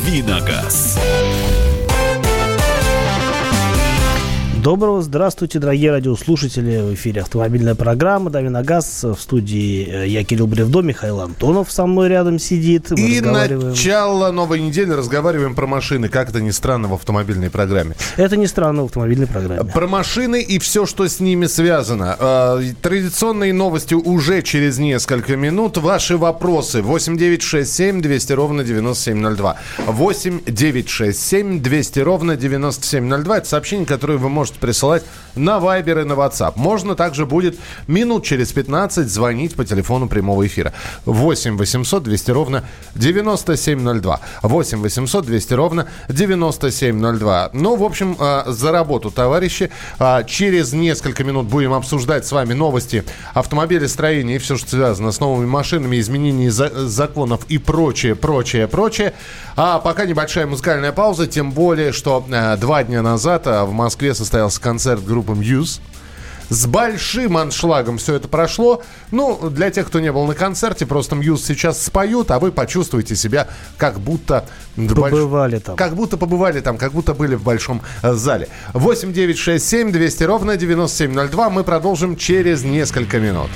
«Давиногаз». Доброго, здравствуйте, дорогие радиослушатели. В эфире автомобильная программа «Давиногаз». В студии я, Кирилл Бревдо, Михаил Антонов со мной рядом сидит. И начало новой недели. Разговариваем про машины. Как это ни странно в автомобильной программе. Это не странно в автомобильной программе. Про машины и все, что с ними связано. Традиционные новости уже через несколько минут. Ваши вопросы. 8 200 ровно 9702. 8 200 ровно 9702. Это сообщение, которое вы можете присылать на Viber и на WhatsApp. Можно также будет минут через 15 звонить по телефону прямого эфира. 8 800 200 ровно 9702. 8 800 200 ровно 9702. Ну, в общем, за работу, товарищи. Через несколько минут будем обсуждать с вами новости автомобилестроения и все, что связано с новыми машинами, изменение законов и прочее. А пока небольшая музыкальная пауза, тем более, что 2 дня назад в Москве состоялся концерт группы Muse. С большим аншлагом все это прошло. Ну, для тех, кто не был на концерте, просто Muse сейчас споют, а вы почувствуете себя как будто... Побывали там. Как будто побывали там, как будто были в большом зале. 8 967 200 ровно 9702. Мы продолжим через несколько минут.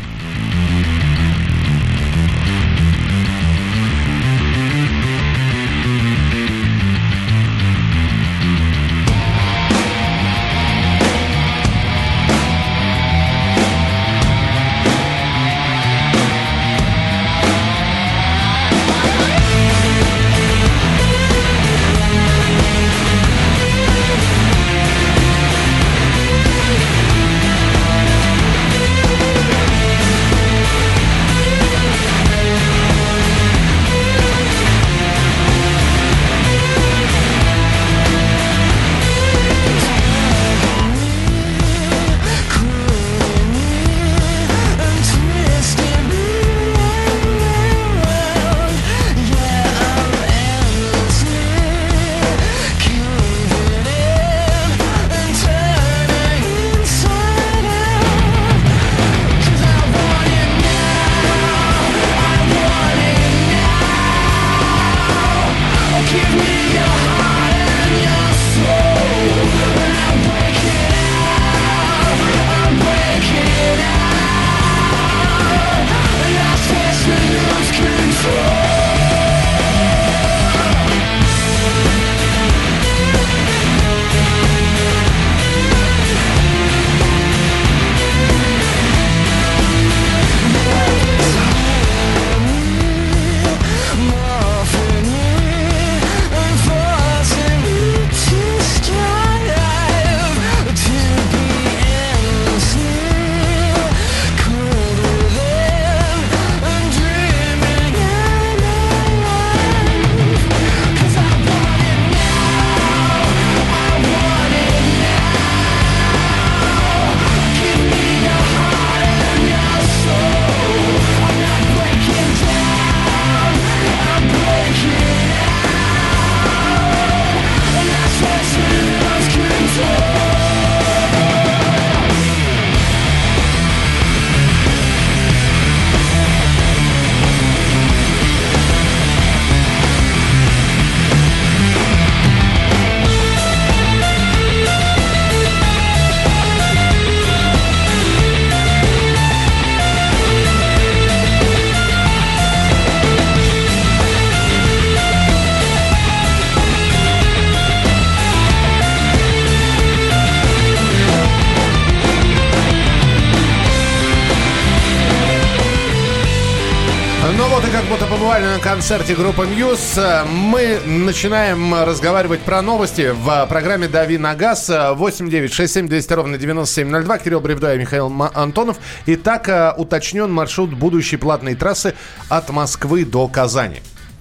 Побывали на концерте группы Muse. Мы начинаем разговаривать про новости в программе «Дави на газ». 8 967 200 ровно 9702. Кирилл Бревдо и Михаил Антонов. Итак, уточнен маршрут будущей платной трассы от Москвы до Казани.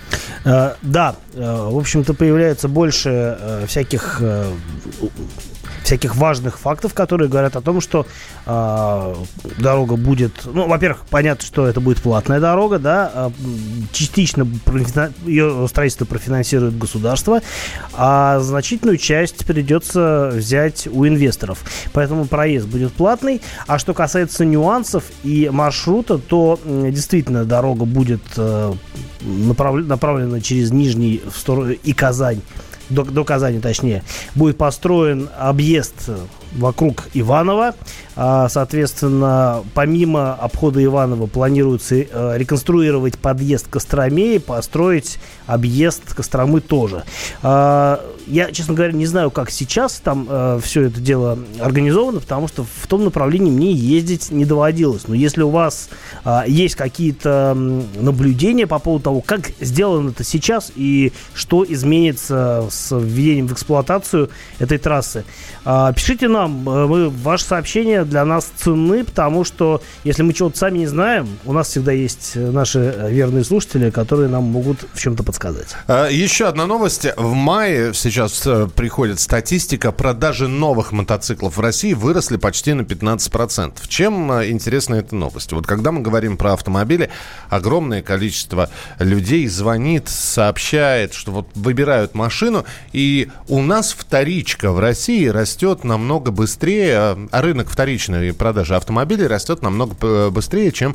Да, в общем-то, появляется больше всяких всяких важных фактов, которые говорят о том, что дорога будет... Ну, во-первых, понятно, что это будет платная дорога, да, частично ее строительство профинансирует государство, а значительную часть придется взять у инвесторов. Поэтому проезд будет платный. А что касается нюансов и маршрута, то действительно дорога будет направлена через Нижний в сторону и Казань, до Казани точнее, будет построен объезд вокруг Иваново. Соответственно, помимо обхода Иваново планируется реконструировать подъезд к Костроме и построить объезд Костромы тоже. Я, честно говоря, не знаю, как сейчас там все это дело организовано, потому что в том направлении мне ездить не доводилось. Но если у вас есть какие-то наблюдения по поводу того, как сделано это сейчас и что изменится с введением в эксплуатацию этой трассы, пишите нам. Ваши сообщения для нас ценны, потому что если мы чего-то сами не знаем, у нас всегда есть наши верные слушатели, которые нам могут в чем-то подсказать. Еще одна новость. В мае сейчас приходит статистика. Продажи новых мотоциклов в России выросли почти на 15%. Чем интересна эта новость? Вот когда мы говорим про автомобили, огромное количество людей звонит, сообщает, что вот выбирают машину, и у нас вторичка в России растет намного быстрее, а рынок вторичной продажи автомобилей растет намного быстрее, чем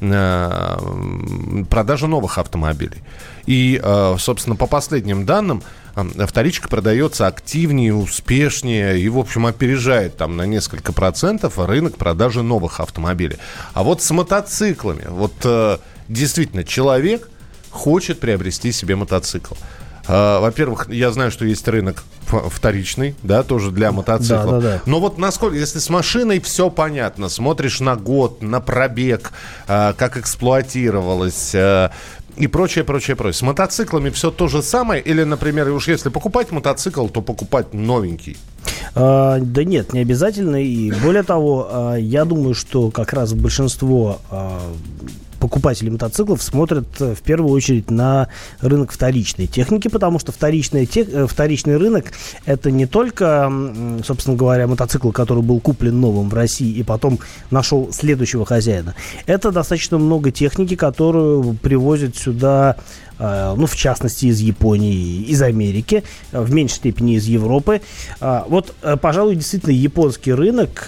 продажа новых автомобилей. И, собственно, по последним данным, вторичка продается активнее, успешнее и, в общем, опережает там на несколько процентов рынок продажи новых автомобилей. А вот с мотоциклами, вот действительно, человек хочет приобрести себе мотоцикл. Во-первых, я знаю, что есть рынок вторичный, да, тоже для мотоциклов. Да. Но вот насколько, если с машиной все понятно, смотришь на год, на пробег, как эксплуатировалось и прочее. С мотоциклами все то же самое? Или, например, уж если покупать мотоцикл, то покупать новенький? Да нет, не обязательно. И более того, я думаю, что как раз большинство покупатели мотоциклов смотрят в первую очередь на рынок вторичной техники, потому что вторичный рынок — это не только, собственно говоря, мотоцикл, который был куплен новым в России и потом нашел следующего хозяина. Это достаточно много техники, которую привозят сюда, ну, в частности, из Японии, из Америки, в меньшей степени из Европы. Вот, пожалуй, действительно, японский рынок,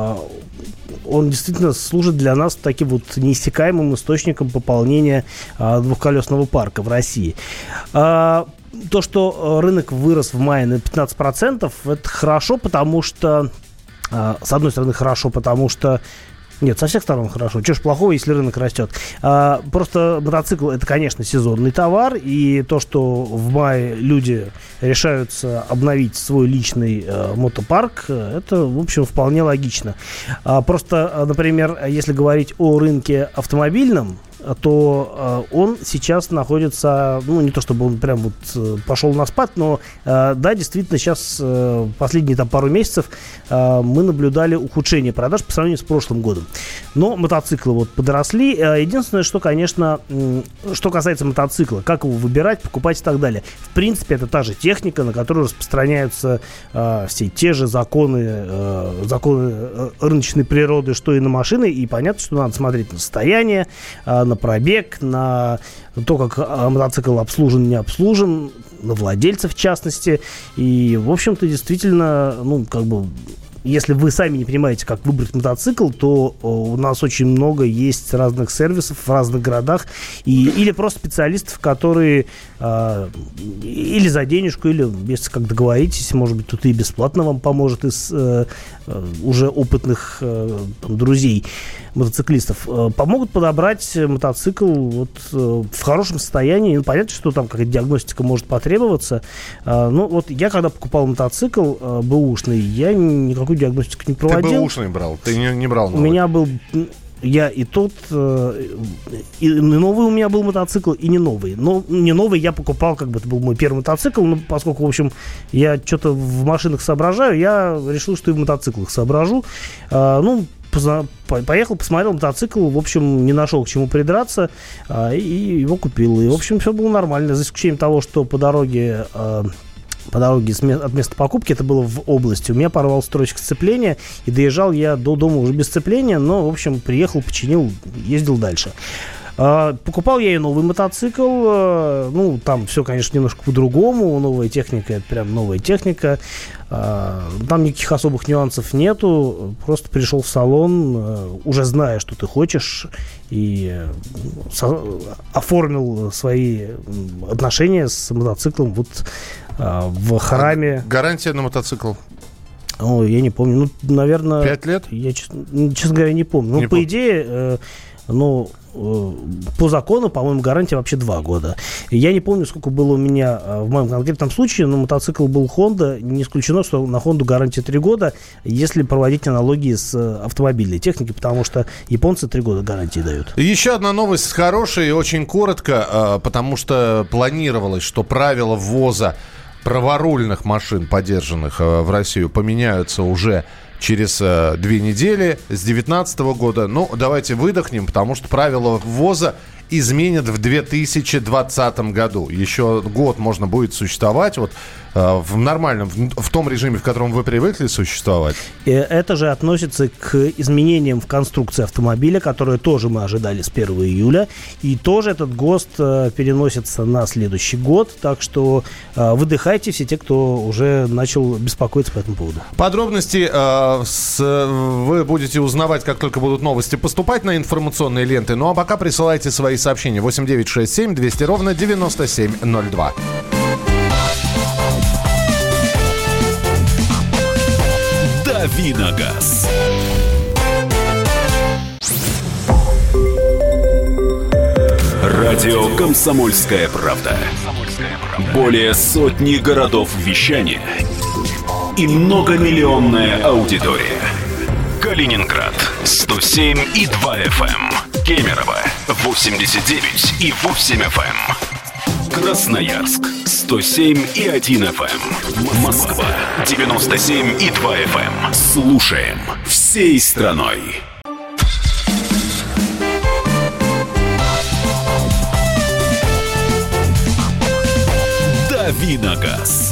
он действительно служит для нас таким вот неиссякаемым источником пополнения двухколесного парка в России. То, что рынок вырос в мае на 15%, это хорошо, потому что, с одной стороны, хорошо, потому что нет, со всех сторон хорошо. Чего ж плохого, если рынок растет? Просто мотоцикл — это, конечно, сезонный товар, и то, что в мае люди решаются обновить свой личный мотопарк, это, в общем, вполне логично. Просто, например, если говорить о рынке автомобильном, то он сейчас находится, ну, не то чтобы он прям вот пошел на спад, но, да, действительно, сейчас последние там пару месяцев мы наблюдали ухудшение продаж по сравнению с прошлым годом. Но мотоциклы вот подросли. Единственное, что, конечно, что касается мотоцикла, как его выбирать, покупать и так далее. В принципе, это та же техника, на которую распространяются все те же законы рыночной природы, что и на машины. И понятно, что надо смотреть на состояние, на пробег, на то, как мотоцикл обслужен, не обслужен, на владельцев в частности. И, в общем-то, действительно, ну, как бы, если вы сами не понимаете, как выбрать мотоцикл, то у нас очень много есть разных сервисов в разных городах, или просто специалистов, которые или за денежку, или если как договоритесь, может быть, тут и бесплатно вам поможет из уже опытных друзей мотоциклистов, помогут подобрать мотоцикл вот в хорошем состоянии. Ну, понятно, что там какая-то диагностика может потребоваться. Ну, вот я, когда покупал мотоцикл бэушный, я никакую диагностику не проводил. Ты бэушный брал? Ты не брал новый? У меня был... Я и тот, и новый у меня был мотоцикл, и не новый. Но не новый я покупал, как бы это был мой первый мотоцикл, но поскольку, в общем, я что-то в машинах соображаю, я решил, что и в мотоциклах соображу. Ну, поехал, посмотрел мотоцикл, в общем, не нашел к чему придраться, и его купил. И, в общем, все было нормально, за исключением того, что по дороге по дороге от места покупки, это было в области, у меня порвал строчек сцепления, и доезжал я до дома уже без сцепления, но, в общем, приехал, починил, ездил дальше. Покупал я и новый мотоцикл, ну, там все, конечно, немножко по-другому, новая техника, это прям новая техника, там никаких особых нюансов нету, просто пришел в салон, уже зная, что ты хочешь, и оформил свои отношения с мотоциклом вот в храме. Гарантия на мотоцикл? Ой, я не помню, ну, наверное... 5 лет? Я, честно говоря, не помню. Ну, по идее, по закону, по-моему, гарантия вообще 2 года. Я не помню, сколько было у меня в моем конкретном случае, но мотоцикл был Honda. Не исключено, что на Honda гарантия 3 года, если проводить аналогии с автомобильной техникой, потому что японцы 3 года гарантии дают. Еще одна новость хорошая и очень коротко, потому что планировалось, что правила ввоза праворульных машин, подержанных в Россию, поменяются уже через 2 недели, с 2019 года. Ну, давайте выдохнем, потому что правила ввоза изменят в 2020 году. Еще год можно будет существовать вот в нормальном, в том режиме, в котором вы привыкли существовать. И это же относится к изменениям в конструкции автомобиля, которые тоже мы ожидали с 1 июля. И тоже этот ГОСТ переносится на следующий год. Так что выдыхайте все те, кто уже начал беспокоиться по этому поводу. Подробности вы будете узнавать, как только будут новости поступать на информационные ленты. Ну а пока присылайте свои сообщения. 8967 200 ровно 9702. Давиногаз. Радио «Комсомольская правда». Более сотни городов вещания и многомиллионная аудитория. Калининград 107,2 FM. Кемерово 89,8 FM. Красноярск 107,1 FM. Москва 97,2 FM. Слушаем всей страной. Давиногаз.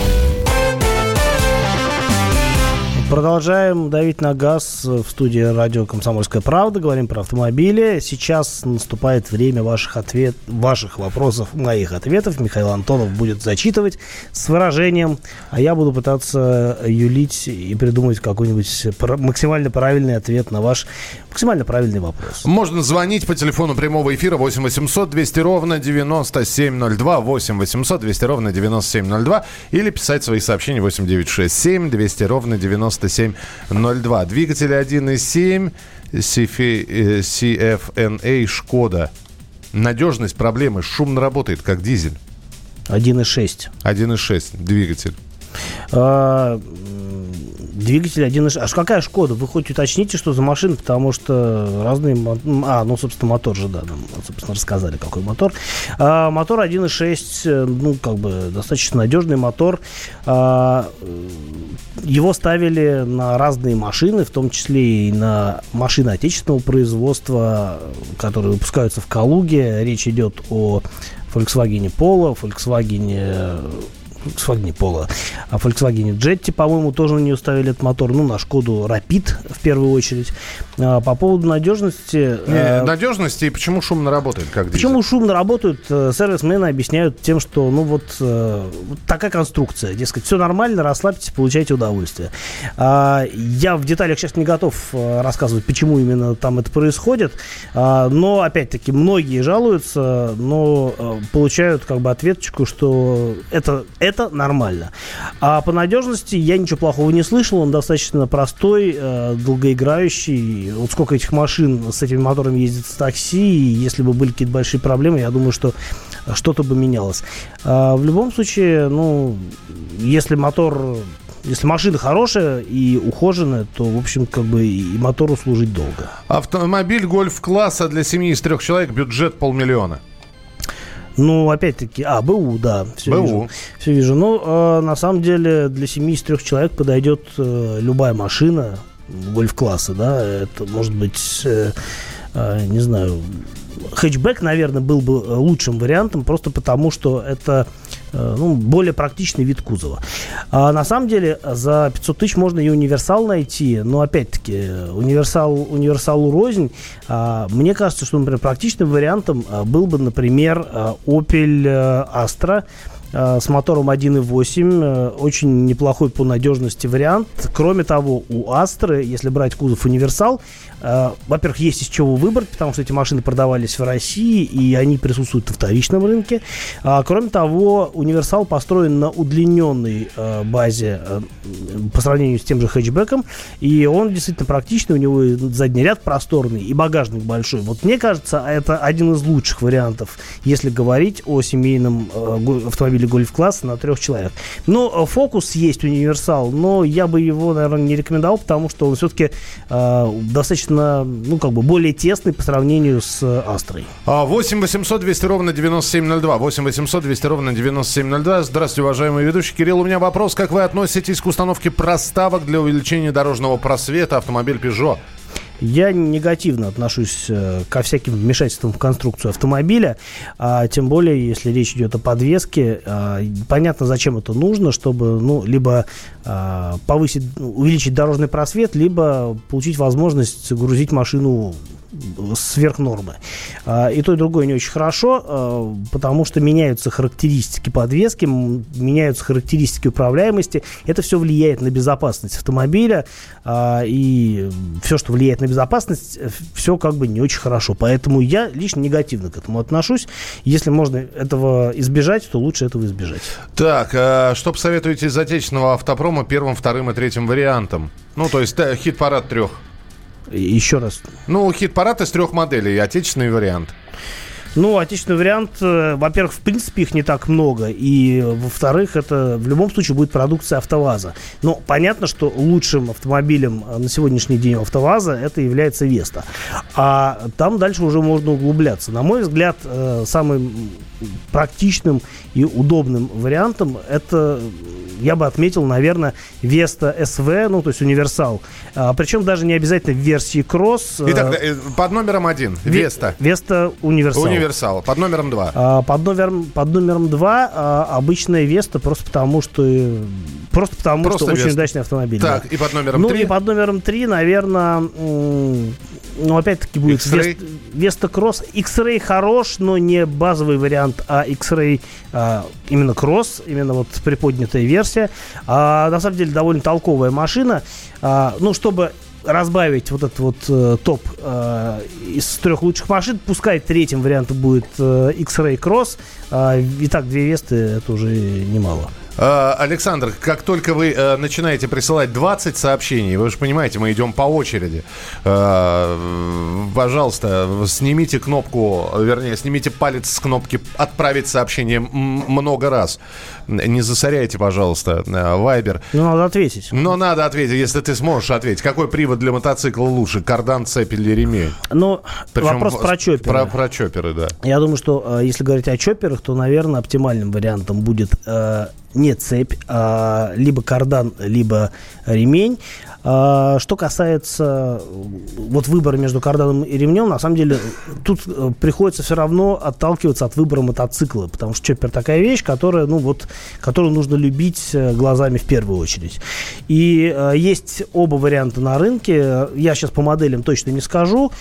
Продолжаем давить на газ в студии радио «Комсомольская правда». Говорим про автомобили. Сейчас наступает время ваших вопросов, моих ответов. Михаил Антонов будет зачитывать с выражением, а я буду пытаться юлить и придумать какой-нибудь максимально правильный ответ на ваш максимально правильный вопрос. Можно звонить по телефону прямого эфира 8 800 200 ровно 9702, 8 800 200 ровно 9702, или писать свои сообщения 8 967 200 ровно 9702. Двигатели 1.7 CFNA Шкода. Надежность, проблемы, шумно работает, как дизель. 1.6. 1.6 двигатель. Двигатель 1.6. А какая Шкода? Вы хоть уточните, что за машина, потому что разные... собственно, мотор же, да, нам, собственно, рассказали, какой мотор. Мотор 1.6, достаточно надежный мотор. Его ставили на разные машины, в том числе и на машины отечественного производства, которые выпускаются в Калуге. Речь идет о Volkswagen Polo, Volkswagen Polo. А Volkswagen Jetta, по-моему, тоже на нее ставили этот мотор. На Шкоду Rapid в первую очередь. По поводу надежности... Надежности и почему шумно работает, как дизель? Почему шумно работают, сервисмены объясняют тем, что, вот такая конструкция. Дескать, все нормально, расслабьтесь, получайте удовольствие. Я в деталях сейчас не готов рассказывать, почему именно там это происходит. Но, опять-таки, многие жалуются, но получают ответочку, что это нормально. А по надежности я ничего плохого не слышал. Он достаточно простой, долгоиграющий. Вот сколько этих машин с этими моторами ездит в такси, и если бы были какие-то большие проблемы, я думаю, что что-то бы менялось. В любом случае, если машина хорошая и ухоженная, то, в общем, и мотору служить долго. Автомобиль гольф-класса для семьи из 3 человек, бюджет 500 000. Опять-таки, БУ, да, все БУ. вижу. На самом деле, для семьи из 3 человек подойдет любая машина гольф-класса, да, это может быть, не знаю, хэтчбэк, наверное, был бы лучшим вариантом, просто потому, что это более практичный вид кузова. А на самом деле за 500 тысяч можно и универсал найти, но опять-таки универсалу рознь. Мне кажется, что, например, практичным вариантом был бы, например, Opel Astra с мотором 1.8, очень неплохой по надежности вариант. Кроме того, у Astra, если брать кузов универсал, во-первых, есть из чего выбрать, потому что эти машины продавались в России, и они присутствуют на вторичном рынке. Кроме того, универсал построен на удлиненной базе по сравнению с тем же хэтчбеком, и он действительно практичный, у него и задний ряд просторный, и багажник большой. Вот мне кажется, это один из лучших вариантов, если говорить о семейном автомобиле гольф-класса на 3 человек. Но Focus есть универсал, но я бы его, наверное, не рекомендовал, потому что он все-таки достаточно, более тесный по сравнению с Астрой. 8 800 200 ровно 9702. 8 800 200 ровно 9702. Здравствуйте, уважаемый ведущий. Кирилл, у меня вопрос. Как вы относитесь к установке проставок для увеличения дорожного просвета автомобиль Peugeot? Я негативно отношусь ко всяким вмешательствам в конструкцию автомобиля, тем более, если речь идет о подвеске. Понятно, зачем это нужно, чтобы либо увеличить дорожный просвет, либо получить возможность грузить машину сверх нормы. И то, и другое не очень хорошо, потому что меняются характеристики подвески, меняются характеристики управляемости. Это все влияет на безопасность автомобиля, и все, что влияет на безопасность, все не очень хорошо. Поэтому я лично негативно к этому отношусь. Если можно этого избежать, то лучше этого избежать. Так, что посоветуете из отечественного автопрома первым, вторым и третьим вариантом? То есть хит-парад 3. Еще раз. Хит-парад из 3 моделей, отечественный вариант. Отечественный вариант, во-первых, в принципе, их не так много, и, во-вторых, это в любом случае будет продукция АвтоВАЗа. Но понятно, что лучшим автомобилем на сегодняшний день АвтоВАЗа это является Веста. А там дальше уже можно углубляться. На мой взгляд, самым практичным и удобным вариантом это, я бы отметил, наверное, Веста СВ, то есть универсал. Причем даже не обязательно в версии кросс. Итак, под номером 1 Веста. Веста универсал. Универсал. Под номером 2. Под номером 2 обычная Веста, просто потому что очень удачный автомобиль. Так, да. И под номером 3? И под номером 3, наверное, опять-таки будет Веста Кросс. X-Ray хорош, но не базовый вариант, а X-Ray именно Кросс, именно приподнятая версия. На самом деле довольно толковая машина. Чтобы разбавить этот топ из 3 лучших машин, пускай третьим вариантом будет X-Ray Cross. Итак, 2 Весты это уже немало. Александр, как только вы начинаете присылать 20 сообщений, вы же понимаете, мы идем по очереди. Пожалуйста, снимите палец с кнопки «Отправить сообщение» много раз. Не засоряйте, пожалуйста, Viber. Надо ответить. Но надо ответить, если ты сможешь ответить. Какой привод для мотоцикла лучше, кардан, цепь или ремень? Вопрос про чопперы. Про чопперы, да. Я думаю, что если говорить о чопперах, то, наверное, оптимальным вариантом будет не цепь, а либо кардан, либо ремень. Что касается выбора между карданом и ремнем, на самом деле тут приходится все равно отталкиваться от выбора мотоцикла, потому что чоппер такая вещь, которую нужно любить глазами в первую очередь. И есть оба варианта на рынке. Я сейчас по моделям точно не скажу.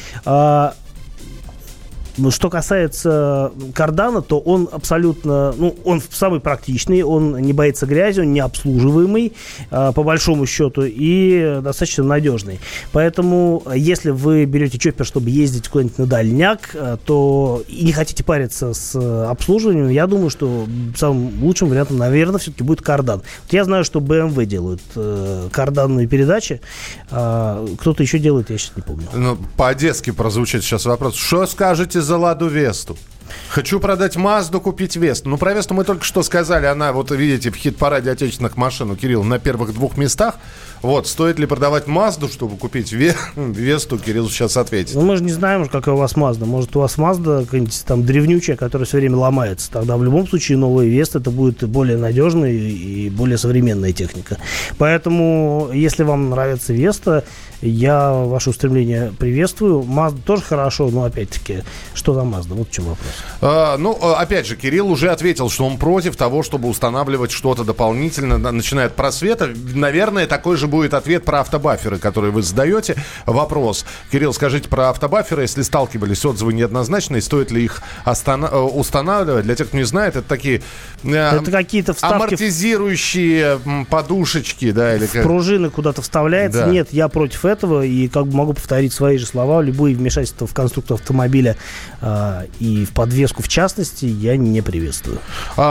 Что касается кардана, то он абсолютно, он самый практичный, он не боится грязи, он не обслуживаемый, по большому счету, и достаточно надежный. Поэтому, если вы берете чоппер, чтобы ездить куда-нибудь на дальняк, то и не хотите париться с обслуживанием, я думаю, что самым лучшим вариантом, наверное, все-таки будет кардан. Я знаю, что BMW делают карданные передачи, кто-то еще делает, я сейчас не помню. По-одесски прозвучит сейчас вопрос. Что скажете за Ладу Весту? Хочу продать Мазду, купить Весту. Про Весту мы только что сказали. Она, видите, в хит-параде отечественных машин у Кирилла на первых 2 местах. Стоит ли продавать Мазду, чтобы купить Весту? Кирилл сейчас ответит. Мы же не знаем, какая у вас Мазда. Может, у вас Мазда какая-нибудь там древнючая, которая все время ломается. Тогда в любом случае новая Веста это будет более надежная и более современная техника. Поэтому, если вам нравится Веста, я ваше устремление приветствую. Мазда тоже хорошо, но опять-таки, что за Мазда? Вот в чем вопрос. Опять же, Кирилл уже ответил, что он против того, чтобы устанавливать что-то дополнительно, начиная от просвета. Наверное, такой же будет ответ про автобаферы, которые вы задаете. Вопрос. Кирилл, скажите про автобаферы, если сталкивались, отзывы неоднозначные, стоит ли их устанавливать? Для тех, кто не знает, это такие это какие-то вставки, амортизирующие подушечки, да, или как? Пружины куда-то вставляется. Да. Нет, я против этого, и как бы могу повторить свои же слова. Любые вмешательства в конструкцию автомобиля и в подвеску, в частности, я не приветствую.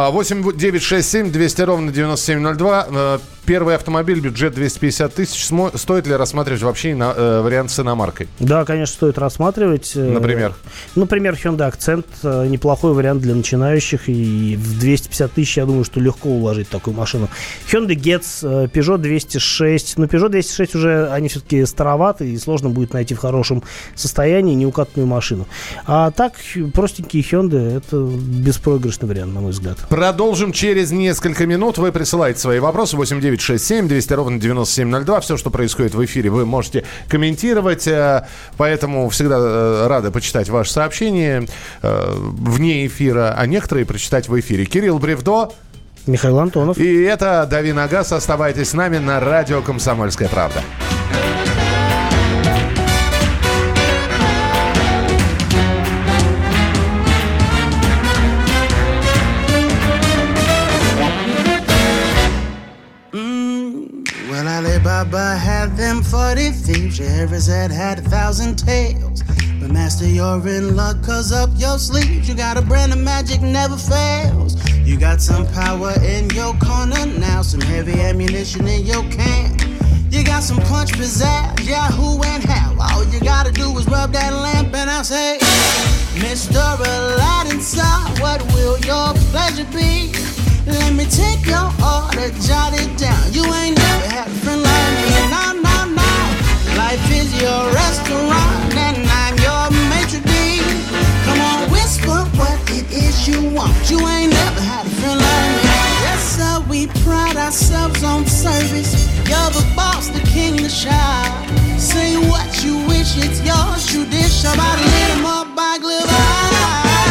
8-967-200-97-02. Первый автомобиль, бюджет 250 тысяч. Стоит ли рассматривать вообще вариант с иномаркой? Да, конечно, стоит рассматривать. Например? Например, Hyundai Accent. Неплохой вариант для начинающих. И в 250 тысяч, я думаю, что легко уложить такую машину. Hyundai Getz, Peugeot 206. Но Peugeot 206 уже, они все-таки староваты, и сложно будет найти в хорошем состоянии неукатанную машину. А так, простенькие Hyundai, это беспроигрышный вариант, на мой взгляд. Продолжим через несколько минут. Вы присылаете свои вопросы. 8-967-200-97-02. Все, что происходит в эфире, вы можете комментировать. Поэтому всегда рады почитать ваши сообщения вне эфира, а некоторые прочитать в эфире. Кирилл Бревдо, Михаил Антонов. И это «Дави на газ». Оставайтесь с нами на радио «Комсомольская правда». Baba had them 40 thieves, Scheherazade had 1,000 tales. But master, you're in luck, cause up your sleeves you got a brand of magic never fails. You got some power in your corner now, some heavy ammunition in your camp. You got some punch, pizzazz, yeah, who and how. All you gotta do is rub that lamp and I'll say, Mr. Aladdin, sir, what will your pleasure be? Let me take your order, jot it down. You ain't never had a friend like me, no, no, no. Life is your restaurant and I'm your maitre d'. Come on, whisper what it is you want. You ain't never had a friend like me. Yes, sir, we pride ourselves on service. You're the boss, the king, the shy. Say what you wish, it's yours. You dish somebody lit 'em up by glitter.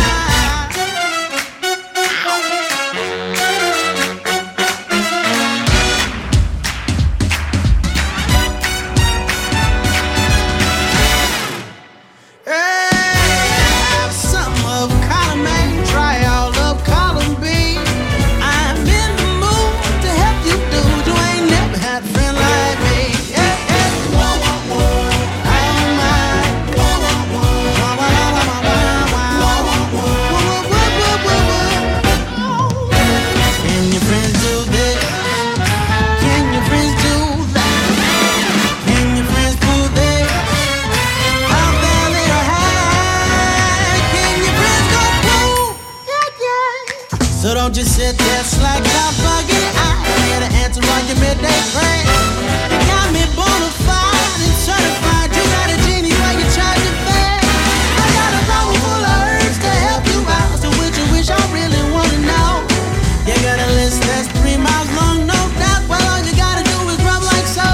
Don't just sit there slack out bugging. I ain't here to answer all your midday prayers. You got me bona fide and certified. You got a genie where you charge your fare. I got a bottle full of herbs to help you out. So which you wish I really wanna know. You got a list that's 3 miles long, no doubt. Well, all you gotta do is rub like so.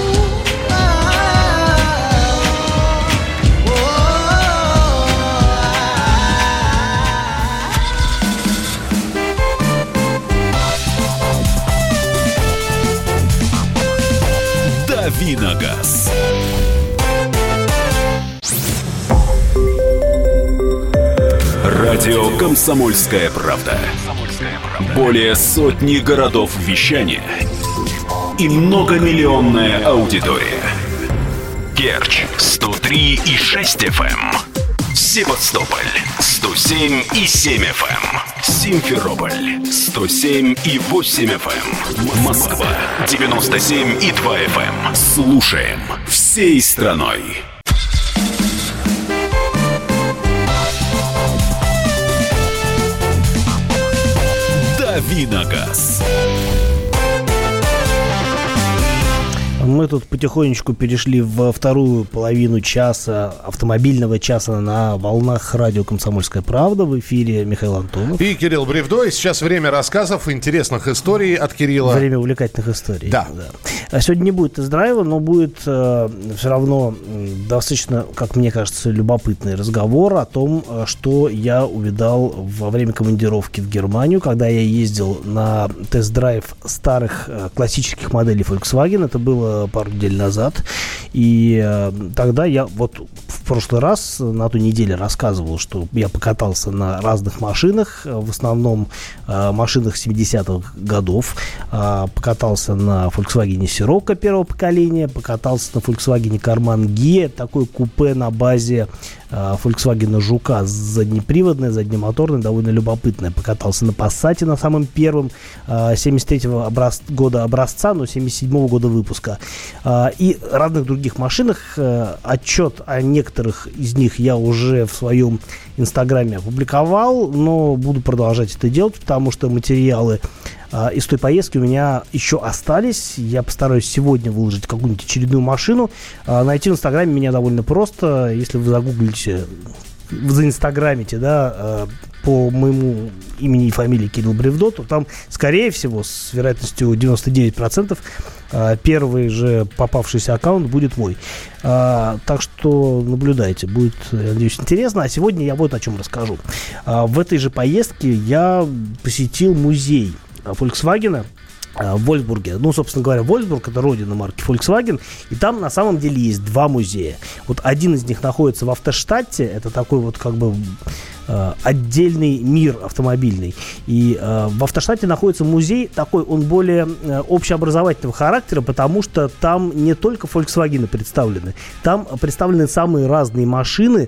«Дави на газ». Радио «Комсомольская правда». Более сотни городов вещания и многомиллионная аудитория. Керчь 103,6 FM. Севастополь 107,7 FM. Симферополь 107,8 FM. Москва 97,2 FM. Слушаем всей страной. Мы мы тут потихонечку перешли во вторую половину часа, автомобильного часа на волнах радио «Комсомольская правда». В эфире Михаил Антонов. И Кирилл Бревдо. И сейчас время рассказов, интересных историй от Кирилла. Время увлекательных историй. Да. Сегодня не будет тест-драйва, но будет все равно достаточно, как мне кажется, любопытный разговор о том, что я увидал во время командировки в Германию, когда я ездил на тест-драйв старых классических моделей Volkswagen. Это было пару недель назад. И тогда я вот в прошлый раз на той неделе рассказывал, что я покатался на разных машинах, в основном машинах 70-х годов. Покатался на Volkswagen Sirocco первого поколения, покатался на Volkswagen Karmann Ghia, такое купе на базе Volkswagen Жука, заднеприводное, заднемоторное, довольно любопытное. Покатался на Passat на самом первом 73-го года образца, но 77-го года выпуска. И разных других машинах. Отчет о некоторых из них я уже в своем инстаграме опубликовал, но буду продолжать это делать, потому что материалы из той поездки у меня еще остались. Я постараюсь сегодня выложить какую-нибудь очередную машину. Найти в инстаграме меня довольно просто. Если вы загуглите, заинстаграмите, да, по моему имени и фамилии Кирилл Бревдо, то там, скорее всего, с вероятностью 99%, первый же попавшийся аккаунт будет мой. Так что наблюдайте, будет, я надеюсь, интересно. А сегодня я вот о чем расскажу. В этой же поездке я посетил музей Volkswagen в Вольфсбурге. Ну, собственно говоря, Вольфсбург — это родина марки Volkswagen, и там на самом деле есть два музея. Вот один из них находится в Автоштадте, это такой вот как бы отдельный мир автомобильный. И в Автоштадте находится музей такой, он более общеобразовательного характера, потому что там не только Volkswagen представлены, там представлены самые разные машины,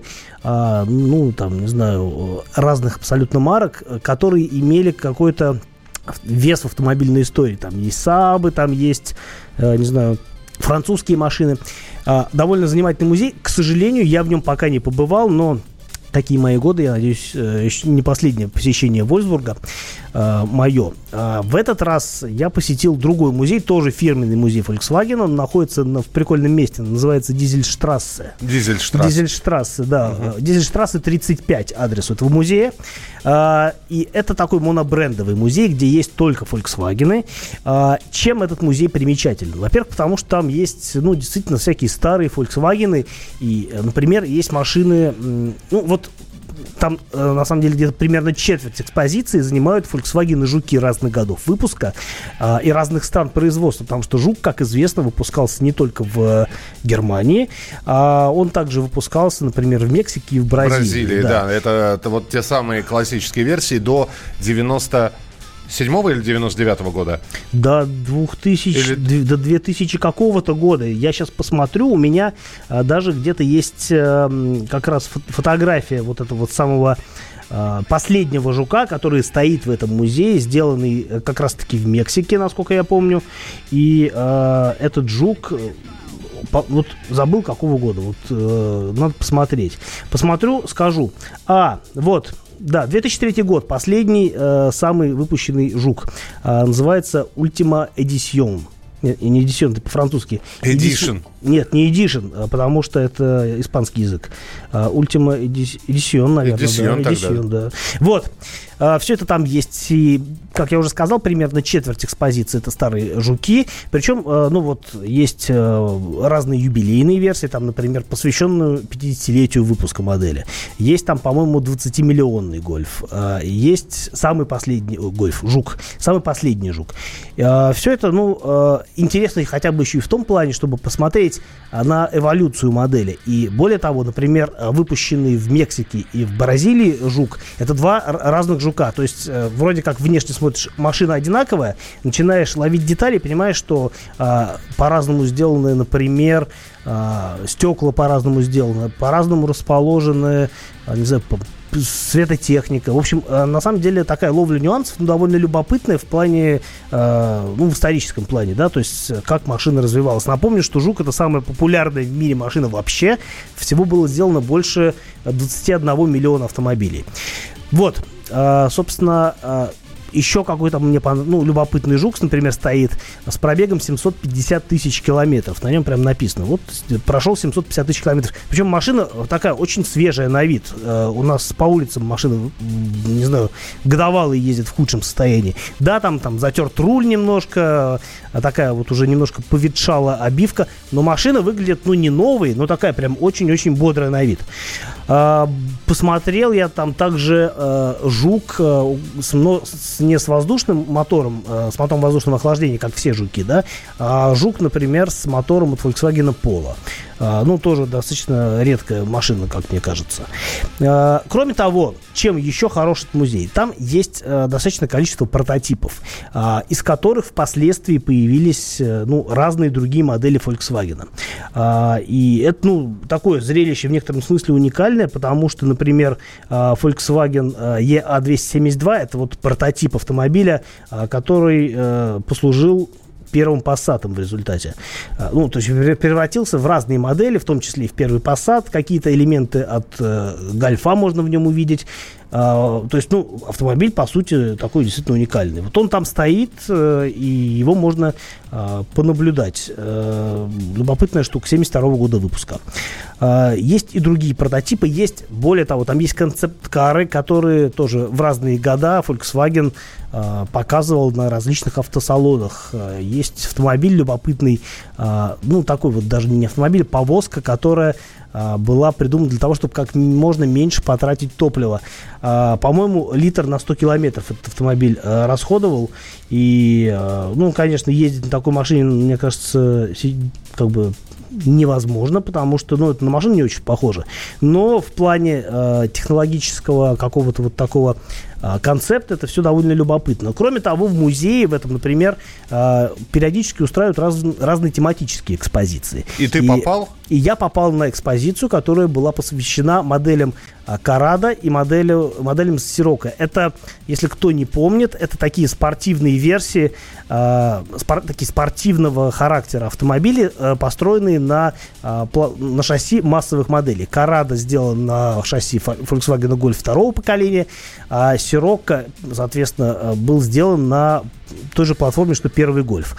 ну, там, не знаю, разных абсолютно марок, которые имели какой-то вес в автомобильной истории. Там есть Саабы, там есть, не знаю, французские машины. Довольно занимательный музей. К сожалению, я в нем пока не побывал, но такие мои годы, я надеюсь, еще не последнее посещение Вольфсбурга мое. В этот раз я посетил другой музей, тоже фирменный музей Volkswagen. Он находится в прикольном месте, называется Дизельштрассе. Дизельштрассе, да. Дизельштрассе 35 адрес этого музея. И это такой монобрендовый музей, где есть только Volkswagen. Чем этот музей примечателен? Во-первых, потому что там есть, ну, действительно, всякие старые Volkswagen. И, например, есть машины, ну, вот там, на самом деле, где-то примерно четверть экспозиции занимают Volkswagen Жуки разных годов выпуска и разных стран производства, потому что Жук, как известно, выпускался не только в Германии, он также выпускался, например, в Мексике и в Бразилии. Да. Это вот те самые классические версии до 97-го или 99-го года? До 2000 какого-то года. Я сейчас посмотрю, у меня даже где-то есть как раз фотография вот этого вот самого последнего Жука, который стоит в этом музее, сделанный как раз-таки в Мексике, насколько я помню. И этот Жук... Вот забыл, какого года. Вот надо посмотреть. Посмотрю, скажу. Вот... Да, 2003 год, последний, самый выпущенный Жук. Называется Ultima Edition. Не Edition, это по-французски. Edition. Нет, не Edition, потому что это испанский язык. Ultima Edition, наверное. Edition, да. Вот. Все это там есть. И, как я уже сказал, примерно четверть экспозиции — это старые Жуки. Причем, ну вот, есть разные юбилейные версии. Там, например, посвященную 50-летию выпуска модели. Есть там, по-моему, 20-миллионный Гольф. Есть самый последний Жук. Самый последний Жук. Все это, ну, интересно хотя бы еще и в том плане, чтобы посмотреть на эволюцию модели. И более того, например, выпущенный в Мексике и в Бразилии Жук — это два разных Жука. То есть, вроде как внешне смотришь, машина одинаковая, начинаешь ловить детали, понимаешь, что по-разному сделаны, например, стекла по-разному сделаны, по-разному расположены, не знаю, светотехника. В общем, на самом деле такая ловля нюансов, ну, довольно любопытная в плане, ну, в историческом плане, да, то есть как машина развивалась. Напомню, что Жук — это самая популярная в мире машина вообще. Всего было сделано больше 21 миллиона автомобилей. Вот, собственно, Еще какой-то мне любопытный «Жукс», например, стоит с пробегом 750 тысяч километров. На нем прям написано. Вот прошел 750 тысяч километров. Причем машина такая очень свежая на вид. У нас по улицам машины, не знаю, годовалые ездят в худшем состоянии. Да, там затерт руль немножко, такая вот уже немножко поветшала обивка. Но машина выглядит, не новой, но такая прям очень-очень бодрая на вид. Посмотрел я там также «Жук» не с воздушным мотором, с мотором воздушного охлаждения, как все «Жуки», да, а «Жук», например, с мотором от Volkswagen Polo. Тоже достаточно редкая машина, как мне кажется. Кроме того, чем еще хорош этот музей? Там есть достаточное количество прототипов, из которых впоследствии появились разные другие модели Volkswagen. И это, такое зрелище в некотором смысле уникальное, потому что, например, Volkswagen EA272 это вот прототип автомобиля, который послужил первым Passat'ом в результате. То есть превратился в разные модели, в том числе и в первый Passat. Какие-то элементы от Гольфа можно в нем увидеть. То есть, автомобиль, по сути, такой действительно уникальный. Вот он там стоит, и его можно понаблюдать. Любопытная штука, 1972 года выпуска. Есть и другие прототипы. Есть, более того, там есть концепт-кары, которые тоже в разные года Volkswagen показывал на различных автосалонах. Есть автомобиль любопытный, такой вот даже не автомобиль, повозка, которая была придумана для того, чтобы как можно меньше потратить топлива. По-моему, литр на 100 километров этот автомобиль расходовал. И, конечно, ездить на такой машине, мне кажется, как бы невозможно, потому что, это на машину не очень похоже. Но в плане технологического какого-то вот такого концепта это все довольно любопытно. Кроме того, в музее в этом, например, периодически устраивают разные тематические экспозиции. И ты попал? И я попал на экспозицию, которая была посвящена моделям Коррадо и моделям Сирокко. Это, если кто не помнит, это такие спортивные версии, такие спортивного характера автомобили, построенные на шасси массовых моделей. Коррадо сделан на шасси Volkswagen Golf второго поколения, а Сирокко, соответственно, был сделан на той же платформе, что первый Golf.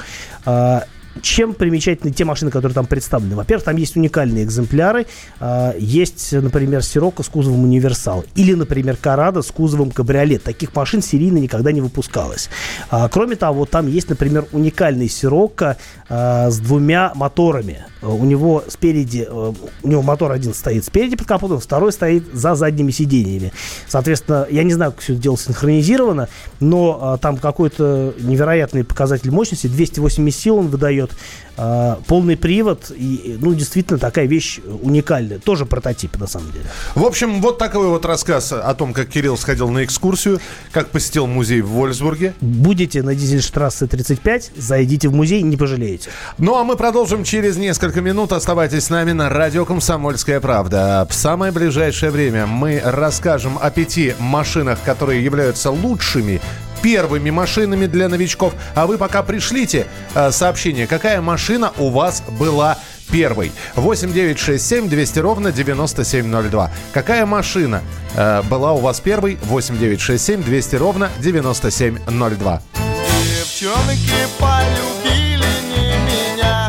Чем примечательны те машины, которые там представлены? Во-первых, там есть уникальные экземпляры. Есть, например, Сирокко с кузовом универсал. Или, например, Коррадо с кузовом кабриолет. Таких машин серийно никогда не выпускалось. Кроме того, там есть, например, уникальный Сирокко с двумя моторами. У него мотор один стоит спереди под капотом, второй стоит за задними сиденьями. Соответственно, я не знаю, как все это дело синхронизировано, но там какой-то невероятный показатель мощности. 280 сил он выдает. Полный привод. И, действительно, такая вещь уникальная. Тоже прототип, на самом деле. В общем, вот такой вот рассказ о том, как Кирилл сходил на экскурсию, как посетил музей в Вольфсбурге. Будете на Дизельштрассе 35, зайдите в музей, не пожалеете. А мы продолжим через несколько минут. Оставайтесь с нами на радио «Комсомольская правда». В самое ближайшее время мы расскажем о 5 машинах, которые являются лучшими, первыми машинами для новичков. А вы пока пришлите сообщение, какая машина у вас была первой. 8 200 ровно 9702. Какая машина была у вас первой? 8 200 ровно 9702. Девчонки полюбили не меня.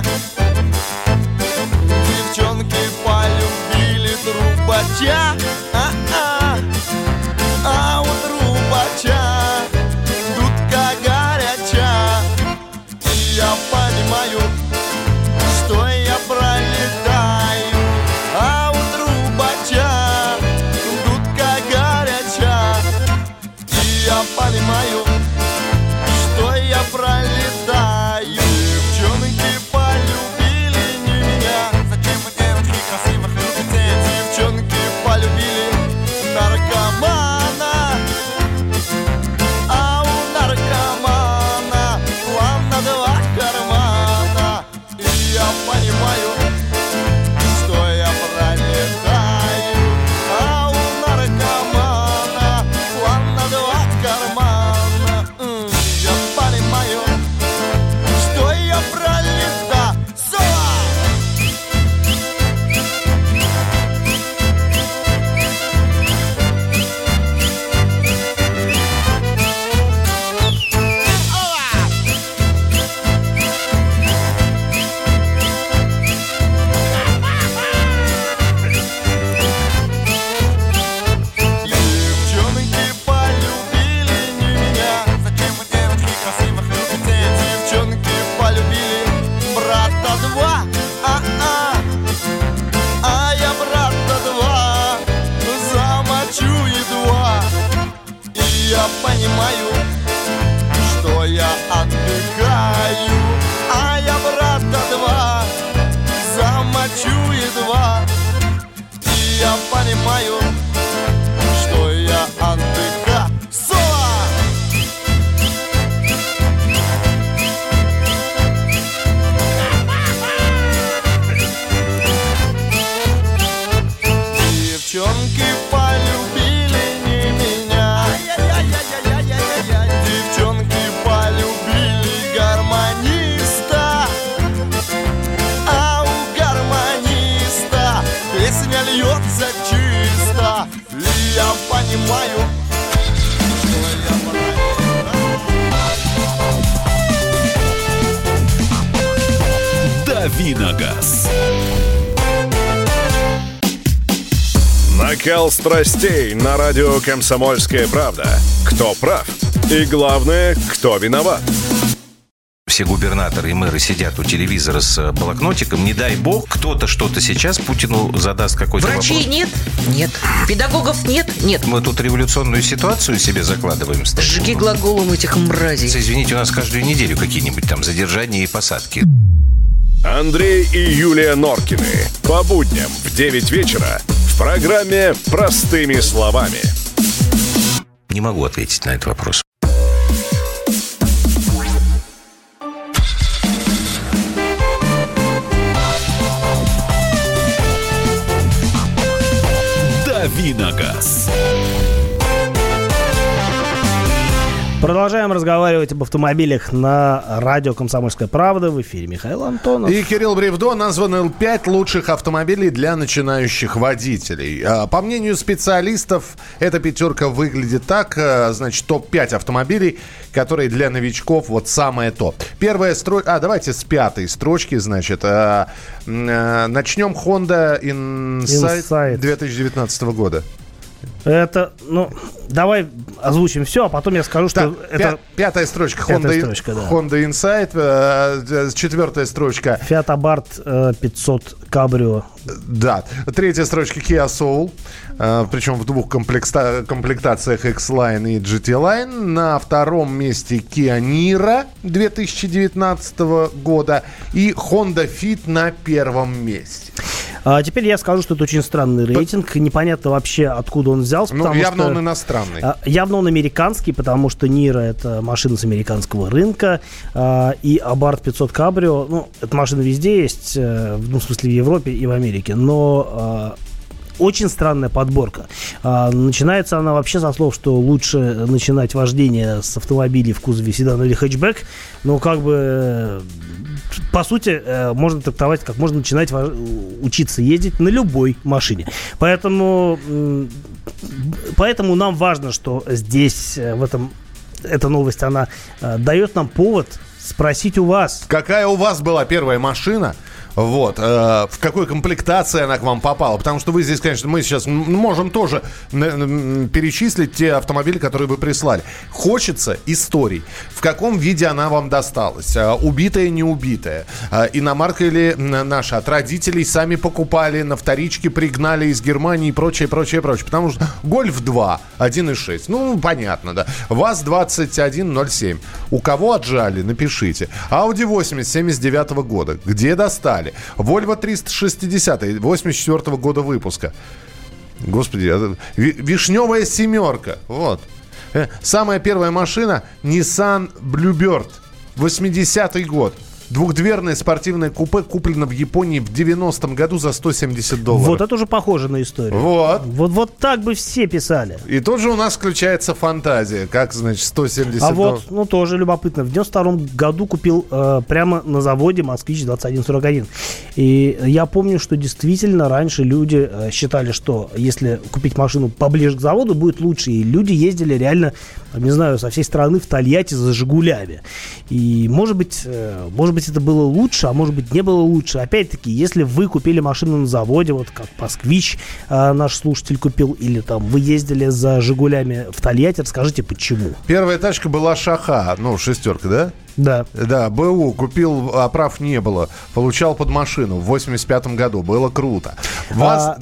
Девчонки полюбили трубача. А у трубача дудка горяча. И я понимаю, что я пролетаю. А у трубача дудка горяча. И я понимаю, что я пролетаю. Девчонки полюбили не меня. Зачем вы, девочки, красивых любите? Девчонки полюбили я понимаю, что я отдыхаю, а я брата два замочу едва. И я понимаю, что я отдыхаю. Соло! Девчонки полюбили не меня. Девчонки полюбили гармониста. А у гармониста песня льется чисто. И я понимаю, что я правильно. «Дави на газ». Накал страстей на радио «Комсомольская правда». Кто прав? И главное, кто виноват? Все губернаторы и мэры сидят у телевизора с блокнотиком. Не дай бог, кто-то что-то сейчас Путину задаст какой-то вопрос. Врачей нет? Нет. Педагогов нет? Нет. Мы тут революционную ситуацию себе закладываем. Жги глаголом этих мразей. Извините, у нас каждую неделю какие-нибудь там задержания и посадки. Андрей и Юлия Норкины. По будням в 9 вечера в программе «Простыми словами». Не могу ответить на этот вопрос. «Дави на газ». Продолжаем разговаривать об автомобилях на радио «Комсомольская правда». В эфире Михаил Антонов. И Кирилл Бревдо. Названы 5 лучших автомобилей для начинающих водителей. По мнению специалистов, эта пятерка выглядит так. Значит, топ-5 автомобилей, которые для новичков вот самое то. Первая строчка... давайте с 5-й строчки, значит. Начнем. Honda Insight 2019 года. Это, давай озвучим все, а потом я скажу, что это... Пятая строчка. Пятая строчка, да. Honda Insight. Четвертая строчка. Fiat Abarth 500 Cabrio. Да. Третья строчка Kia Soul. Причем в двух комплектациях X-Line и GT-Line. На втором месте Kia Niro 2019 года. И Honda Fit на первом месте. Теперь я скажу, что это очень странный рейтинг. Непонятно вообще, откуда он взялся. Явно он иностранный. Явно он американский, потому что Niro — это машина с американского рынка. И Abarth 500 Cabrio, эта машина везде есть, в смысле в Европе и в Америке. Но... очень странная подборка. Начинается она вообще со слов, что лучше начинать вождение с автомобилей в кузове седана или хэтчбэк. Но по сути, можно трактовать, как можно начинать учиться ездить на любой машине. Поэтому нам важно, что здесь, эта новость, она дает нам повод спросить у вас. Какая у вас была первая машина? Вот, в какой комплектации она к вам попала? Потому что вы здесь, конечно, мы сейчас можем тоже перечислить те автомобили, которые вы прислали. Хочется историй. В каком виде она вам досталась? Убитая, не убитая? Иномарка или наша? От родителей сами покупали, на вторичке пригнали из Германии и прочее. Потому что Гольф 2, 1.6. Понятно, да. ВАЗ-2107. У кого отжали? Напишите. Audi 80 79 года. Где достали? Volvo 360 84 года выпуска. Господи, вишневая семерка. Вот. Самая первая машина Nissan Bluebird. 80-й год. Двухдверное спортивное купе куплено в Японии в 90-м году за $170. Вот это уже похоже на историю. Вот так бы все писали. И тут же у нас включается фантазия. Как, значит, $170? Тоже любопытно. В 92-м году купил прямо на заводе «Москвич-2141». И я помню, что действительно раньше люди считали, что если купить машину поближе к заводу, будет лучше. И люди ездили реально, не знаю, со всей страны в Тольятти за «Жигулями». И, может быть, это было лучше, а может быть, не было лучше. Опять-таки, если вы купили машину на заводе, вот как «Москвич» наш слушатель купил, или там вы ездили за «Жигулями» в Тольятти, расскажите, почему. Первая тачка была «Шаха», шестерка, да? Да. Да, БУ. Купил, а прав не было. Получал под машину в 85-м году. Было круто. ВАЗ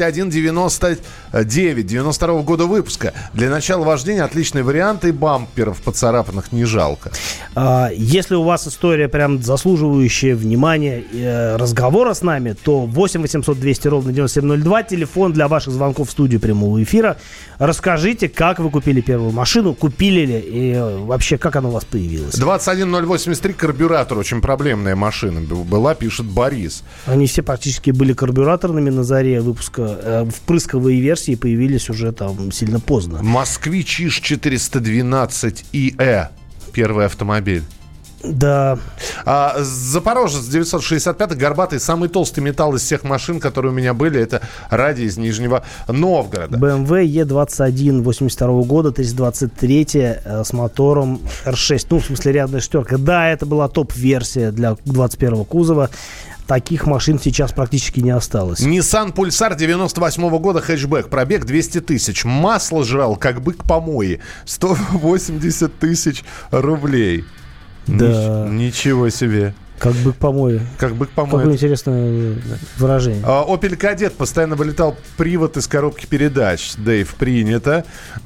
2199, 92-го года выпуска. Для начала вождения отличный вариант, и бамперов поцарапанных не жалко. Если у вас история прям заслуживающая внимания и разговора с нами, то 8 800 200 ровно 9702, телефон для ваших звонков в студию прямого эфира. Расскажите, как вы купили первую машину, купили ли, и вообще, как она у вас появилась. 21083, карбюратор, очень проблемная машина была, пишет Борис. Они все практически были карбюраторными на заре выпуска. Впрысковые версии появились уже там сильно поздно. Москвич ИЖ-412ИЭ. Первый автомобиль. Да. Запорожец 965, горбатый, самый толстый металл из всех машин, которые у меня были, это Ради из Нижнего Новгорода. BMW E21 82 года, 323 с мотором R6, ну, в смысле, рядная шестерка. Да, это была топ-версия для 21 кузова. Таких машин сейчас практически не осталось. Nissan Pulsar 98 года, хэтчбэк, пробег 200 тысяч. Масло жрал, как бык помои. 180 тысяч рублей. Да. Ничего себе. Как бык помои. Как бык помои. Какое интересное выражение. Opel Kadett, постоянно вылетал привод из коробки передач. Дэйв, принято.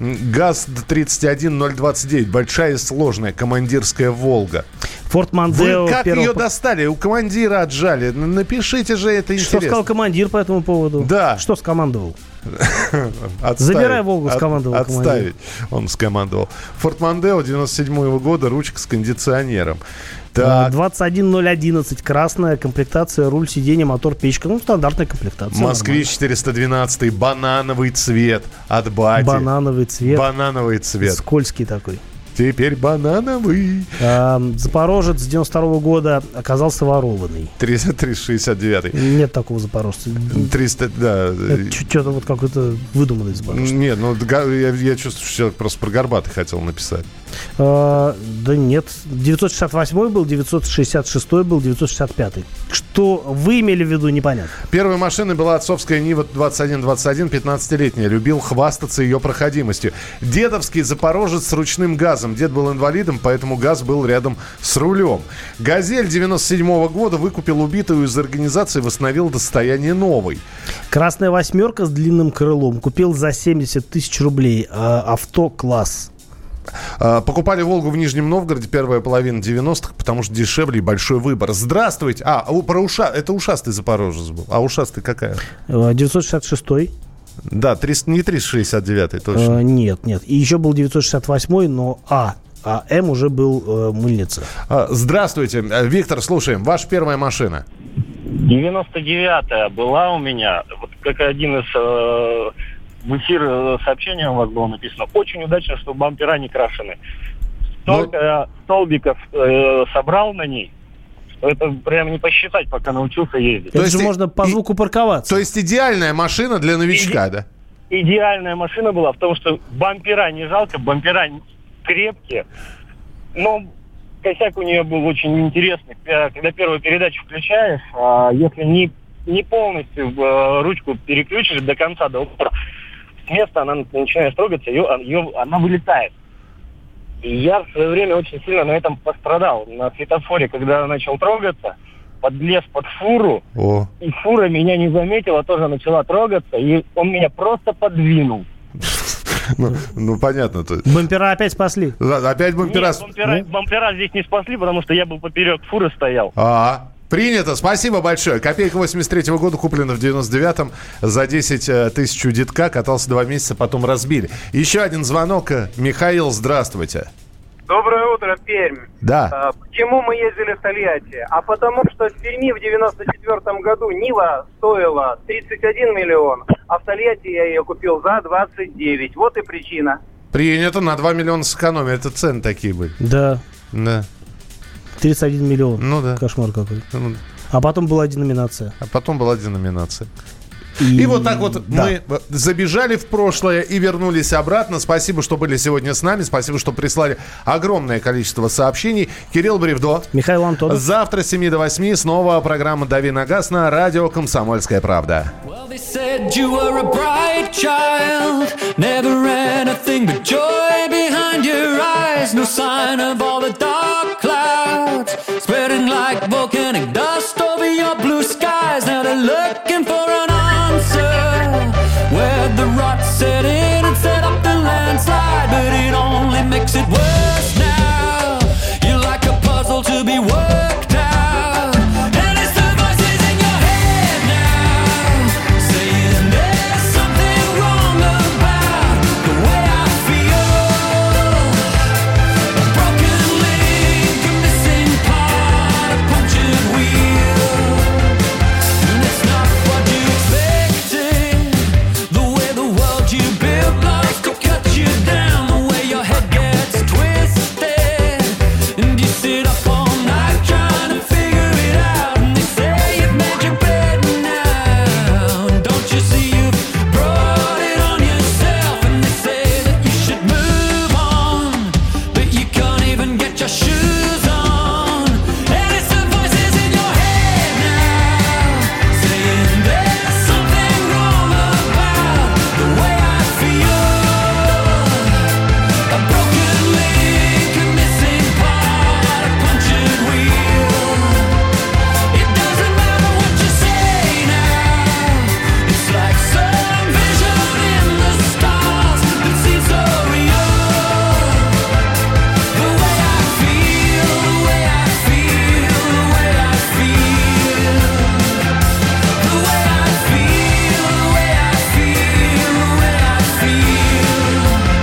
ГАЗ-31029, большая и сложная командирская «Волга». Форд Мондео. Вы как ее достали? У командира отжали. Напишите же, это интересно. Что сказал командир по этому поводу? Да. Что скомандовал? Забирай «Волгу», скомандовал командир. Отставить, он скомандовал. Форд Мондео 97 года, ручка с кондиционером. 21011, красная комплектация, руль, сиденье, мотор, печка. Ну, стандартная комплектация. Москвич 412, банановый цвет от бати. Банановый цвет. Банановый цвет. Скользкий такой. Теперь банановый. Запорожец с 92 года оказался ворованный. 369. Нет такого запорожца. 300, да. Что-то вот какой-то выдуманный запорожец. Нет, ну я чувствую, что человек просто про горбатый хотел написать. Да нет. 968 был, 966 был, 965. Что вы имели в виду, непонятно. Первой машиной была отцовская Нива 2121, 15-летняя. Любил хвастаться ее проходимостью. Дедовский Запорожец с ручным газом. Дед был инвалидом, поэтому газ был рядом с рулем. «Газель» 97 года выкупил убитую из организации и восстановил до состояния новой. Красная восьмерка с длинным крылом. Купил за 70 тысяч рублей. Авто-класс. Покупали «Волгу» в Нижнем Новгороде, первая половина 90-х, потому что дешевле и большой выбор. Здравствуйте. Это ушастый Запорожец был. А ушастый какая? 966. Да, не 369 точно. Нет. И еще был 968, но а М уже был мыльница. Здравствуйте. Виктор, слушаем. Ваша первая машина. 99-я была у меня. Вот как один из... в эфир сообщения у вас было написано. Очень удачно, что бампера не крашены. Столько столбиков собрал на ней, что это прям не посчитать, пока научился ездить. То есть можно по звуку парковаться. То есть идеальная машина для новичка, да? Идеальная машина была в том, что бампера не жалко, бампера крепкие. Но косяк у нее был очень интересный. Когда первую передачу включаешь, если не полностью ручку переключишь до конца, до упора, с места она начинает трогаться, она вылетает. И я в свое время очень сильно на этом пострадал. На светофоре, когда начал трогаться, подлез под фуру, и фура меня не заметила, тоже начала трогаться, и он меня просто подвинул. Ну, понятно. Бампера опять спасли. Опять бампера... Нет, бампера здесь не спасли, потому что я был поперек фуры стоял. Принято, спасибо большое. Копейка 83-го года, куплена в 99-м за 10 тысяч у детка. Катался 2 месяца, потом разбили. Еще один звонок. Михаил, здравствуйте. Доброе утро, Пермь. Да. Почему мы ездили в Тольятти? А потому что в Перми в 94-м году Нива стоила 31 миллион, а в Тольятти я ее купил за 29. Вот и причина. Принято, на 2 миллиона сэкономили. Это цены такие были. Да. 31 миллион. Ну да. Кошмар какой. А потом была деноминация. И вот так вот мы забежали в прошлое и вернулись обратно. Спасибо, что были сегодня с нами. Спасибо, что прислали огромное количество сообщений. Кирилл Бревдо. Михаил Антонов. Завтра с 7 до 8 снова программа «Дави на газ» на радио «Комсомольская правда». Well, set in and set up the landslide, but it only makes it worse now. You're like a puzzle to be worked out, and it's the voices in your head now saying there's something wrong about the way I feel. A broken link, a missing part, a punctured wheel, and it's not what you expected. The way the world you built loves to cut you down, the way your head gets twisted, and you sit up all night trying to figure it out, and they say you've made your bed now, and don't you see you've brought it on yourself, and they say that you should move on, but you can't even get your shoes on, and it's the voices in your head now saying there's something wrong about the way I feel. A broken link, a missing part, a punctured wheel. It doesn't matter what you say now, it's like some vision in the stars that seems so real. The way I feel, the way I feel, the way I feel. The way I feel, the way I feel, the way I feel.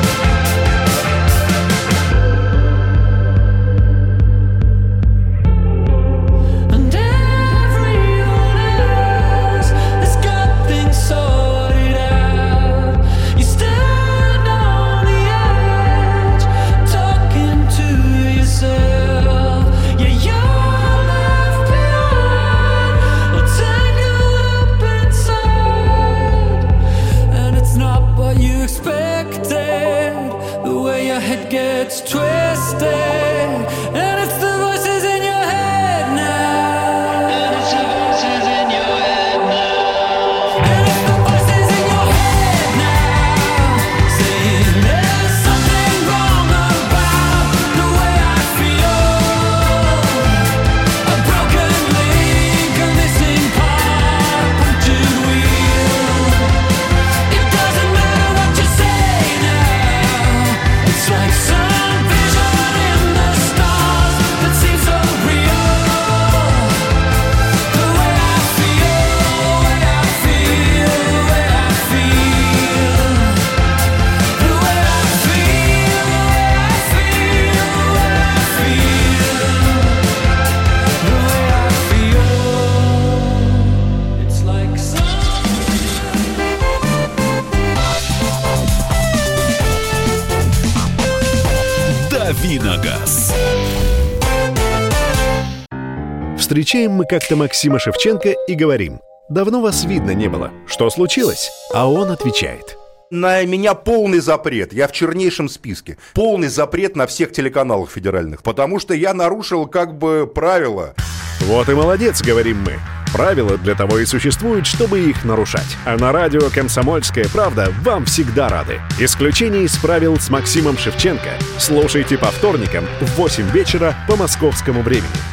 And everyone else has got things sorted out. You stand on the edge, talking to yourself. Yeah, you're left behind, or tangled up inside, and it's not what you expected. The way your head gets twisted, and it's the voices in your head now. And it's the voices in your head now. And it's the voices in your head now saying there's something wrong about the way I feel. A broken link, a missing part, a punctured wheel. It doesn't matter what you say now, it's like some vision in the stars that seems so real. The way I feel, the way I feel, the way I feel. The way I feel, the way I feel, the way I feel. The way I feel. It's like Давиногаз. Встречаем мы как-то Максима Шевченко и говорим: «Давно вас видно не было. Что случилось?» А он отвечает: На меня полный запрет, я в чернейшем списке. Полный запрет на всех телеканалах федеральных, потому что я нарушил как бы правила. Вот и молодец, говорим мы. Правила для того и существуют, чтобы их нарушать. А на радио «Комсомольская правда» вам всегда рады. Исключение из правил с Максимом Шевченко. Слушайте по вторникам в 8 вечера по московскому времени.